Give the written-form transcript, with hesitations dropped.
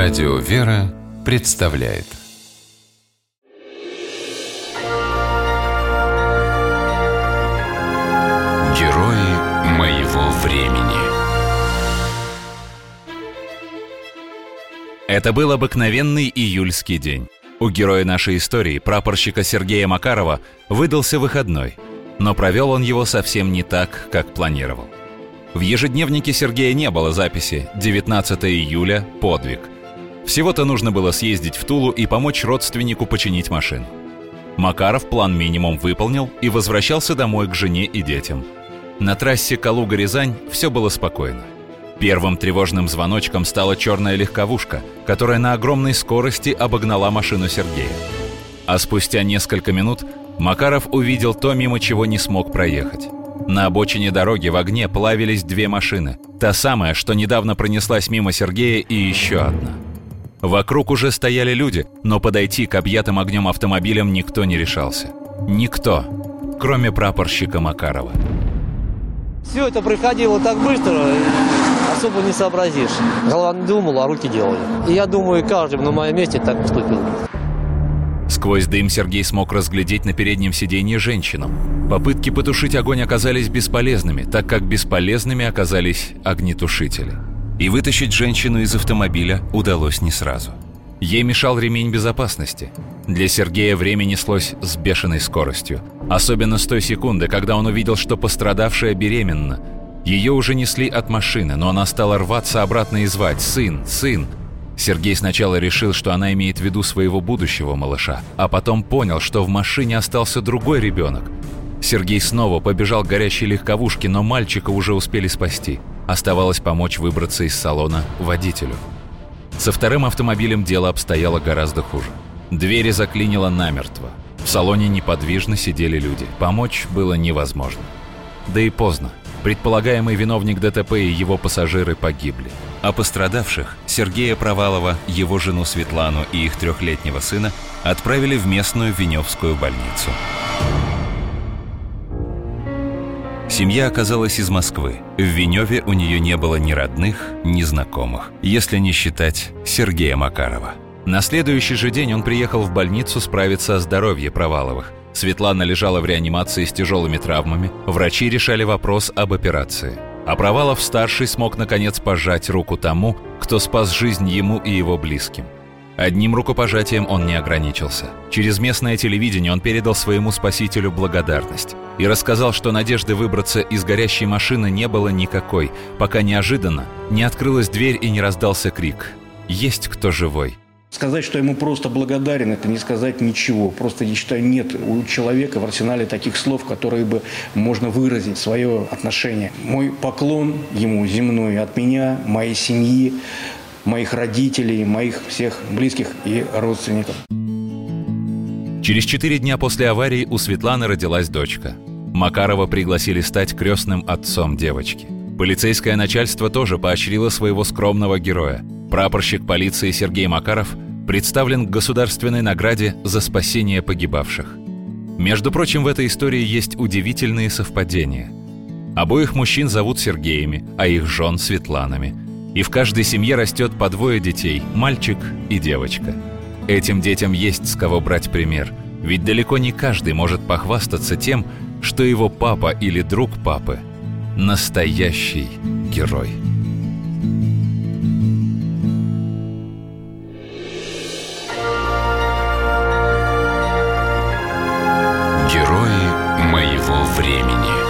Радио «Вера» представляет Герои моего времени. Это был обыкновенный июльский день. У героя нашей истории, прапорщика Сергея Макарова, выдался выходной, но провел он его совсем не так, как планировал. В ежедневнике Сергея не было записи «19 июля. Подвиг». Всего-то нужно было съездить в Тулу и помочь родственнику починить машину. Макаров план минимум выполнил и возвращался домой к жене и детям. На трассе Калуга-Рязань все было спокойно. Первым тревожным звоночком стала черная легковушка, которая на огромной скорости обогнала машину Сергея. А спустя несколько минут Макаров увидел то, мимо чего не смог проехать. На обочине дороги в огне плавились две машины. Та самая, что недавно пронеслась мимо Сергея, и еще одна. Вокруг уже стояли люди, но подойти к объятым огнем автомобилям никто не решался. Никто, кроме прапорщика Макарова. Все это происходило так быстро, особо не сообразишь. Голова не думала, а руки делали. И я думаю, каждый на моем месте так поступил. Сквозь дым Сергей смог разглядеть на переднем сиденье женщину. Попытки потушить огонь оказались бесполезными, так как бесполезными оказались огнетушители. И вытащить женщину из автомобиля удалось не сразу. Ей мешал ремень безопасности. Для Сергея время неслось с бешеной скоростью. Особенно с той секунды, когда он увидел, что пострадавшая беременна. Ее уже несли от машины, но она стала рваться обратно и звать: «Сын, сын!». Сергей сначала решил, что она имеет в виду своего будущего малыша, а потом понял, что в машине остался другой ребенок. Сергей снова побежал к горящей легковушке, но мальчика уже успели спасти. Оставалось помочь выбраться из салона водителю. Со вторым автомобилем дело обстояло гораздо хуже. Двери заклинило намертво. В салоне неподвижно сидели люди. Помочь было невозможно. Да и поздно. Предполагаемый виновник ДТП и его пассажиры погибли. А пострадавших, Сергея Провалова, его жену Светлану и их 3-летнего сына, отправили в местную Веневскую больницу. Семья оказалась из Москвы. В Веневе у нее не было ни родных, ни знакомых, если не считать Сергея Макарова. На следующий же день он приехал в больницу справиться о здоровье Проваловых. Светлана лежала в реанимации с тяжелыми травмами. Врачи решали вопрос об операции. А Провалов-старший смог наконец пожать руку тому, кто спас жизнь ему и его близким. Одним рукопожатием он не ограничился. Через местное телевидение он передал своему спасителю благодарность и рассказал, что надежды выбраться из горящей машины не было никакой, пока неожиданно не открылась дверь и не раздался крик: «Есть кто живой?». Сказать, что ему просто благодарен, это не сказать ничего. Просто, я считаю, нет у человека в арсенале таких слов, которые бы можно выразить свое отношение. Мой поклон ему земной от меня, моей семьи, моих родителей, моих всех близких и родственников. Через 4 дня после аварии у Светланы родилась дочка. Макарова пригласили стать крестным отцом девочки. Полицейское начальство тоже поощрило своего скромного героя. Прапорщик полиции Сергей Макаров представлен к государственной награде за спасение погибавших. Между прочим, в этой истории есть удивительные совпадения. Обоих мужчин зовут Сергеями, а их жен — Светланами. И в каждой семье растет по 2 детей – мальчик и девочка. Этим детям есть с кого брать пример, ведь далеко не каждый может похвастаться тем, что его папа или друг папы – настоящий герой. Герои моего времени.